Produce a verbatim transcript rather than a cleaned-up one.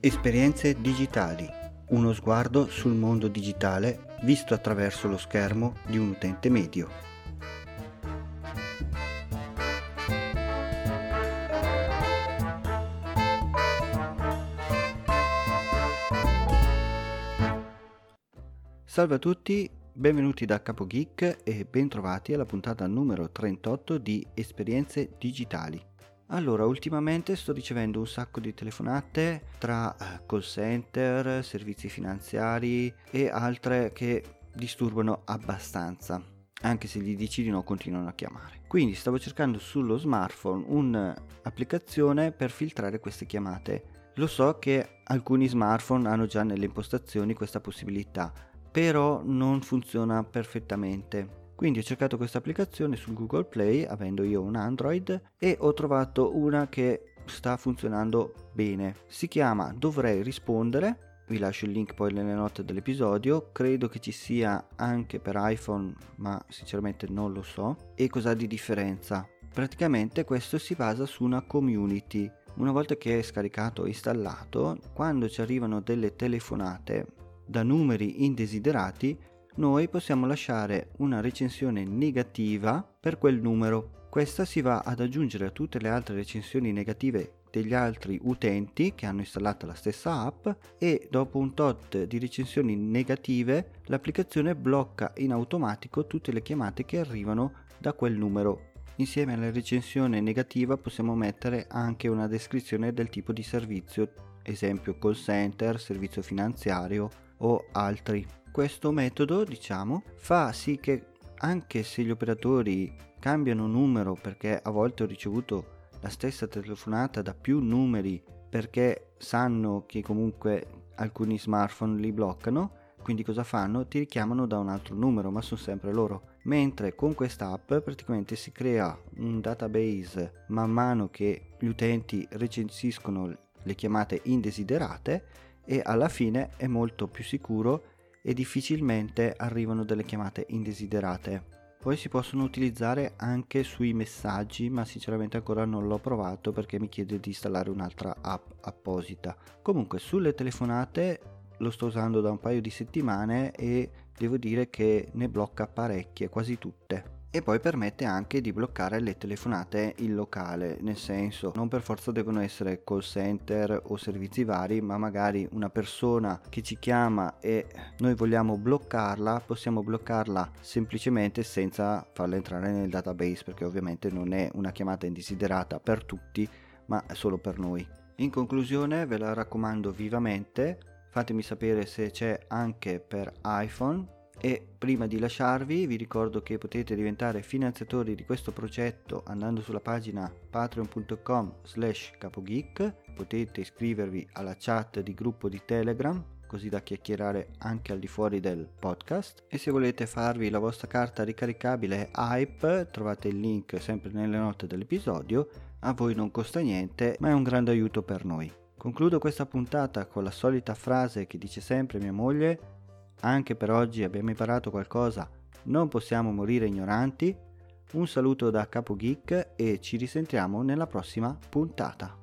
Esperienze digitali, uno sguardo sul mondo digitale visto attraverso lo schermo di un utente medio. Salve a tutti, benvenuti da Capo Geek e bentrovati alla puntata numero trentotto di Esperienze digitali. Allora, ultimamente sto ricevendo un sacco di telefonate tra call center, servizi finanziari e altre che disturbano abbastanza, anche se gli dici di no continuano a chiamare. Quindi stavo cercando sullo smartphone un'applicazione per filtrare queste chiamate. Lo so che alcuni smartphone hanno già nelle impostazioni questa possibilità, però non funziona perfettamente. Quindi ho cercato questa applicazione su Google Play, avendo io un Android, e ho trovato una che sta funzionando bene. Si chiama Dovrei rispondere, vi lascio il link poi nelle note dell'episodio, credo che ci sia anche per iPhone, ma sinceramente non lo so. E cos'ha di differenza? Praticamente questo si basa su una community. Una volta che è scaricato e installato, quando ci arrivano delle telefonate da numeri indesiderati, noi possiamo lasciare una recensione negativa per quel numero. Questa si va ad aggiungere a tutte le altre recensioni negative degli altri utenti che hanno installato la stessa app, e dopo un tot di recensioni negative l'applicazione blocca in automatico tutte le chiamate che arrivano da quel numero. Insieme alla recensione negativa possiamo mettere anche una descrizione del tipo di servizio, esempio call center, servizio finanziario o altri. Questo metodo, diciamo, fa sì che anche se gli operatori cambiano numero, perché a volte ho ricevuto la stessa telefonata da più numeri perché sanno che comunque alcuni smartphone li bloccano, quindi cosa fanno? Ti richiamano da un altro numero, ma sono sempre loro. Mentre con questa app praticamente si crea un database man mano che gli utenti recensiscono le chiamate indesiderate, e alla fine è molto più sicuro e difficilmente arrivano delle chiamate indesiderate. Poi si possono utilizzare anche sui messaggi, ma sinceramente ancora non l'ho provato perché mi chiede di installare un'altra app apposita. Comunque sulle telefonate lo sto usando da un paio di settimane e devo dire che ne blocca parecchie, quasi tutte. E poi permette anche di bloccare le telefonate in locale, nel senso non per forza devono essere call center o servizi vari, ma magari una persona che ci chiama e noi vogliamo bloccarla, possiamo bloccarla semplicemente senza farla entrare nel database, perché ovviamente non è una chiamata indesiderata per tutti, ma solo per noi. In conclusione ve la raccomando vivamente, fatemi sapere se c'è anche per iPhone. E prima di lasciarvi vi ricordo che potete diventare finanziatori di questo progetto andando sulla pagina patreon punto com slash capogeek. Potete iscrivervi alla chat di gruppo di Telegram, così da chiacchierare anche al di fuori del podcast. E se volete farvi la vostra carta ricaricabile Hype, trovate il link sempre nelle note dell'episodio. A voi non costa niente, ma è un grande aiuto per noi. Concludo questa puntata con la solita frase che dice sempre mia moglie: anche per oggi abbiamo imparato qualcosa, non possiamo morire ignoranti. Un saluto da Capo Geek e ci risentiamo nella prossima puntata.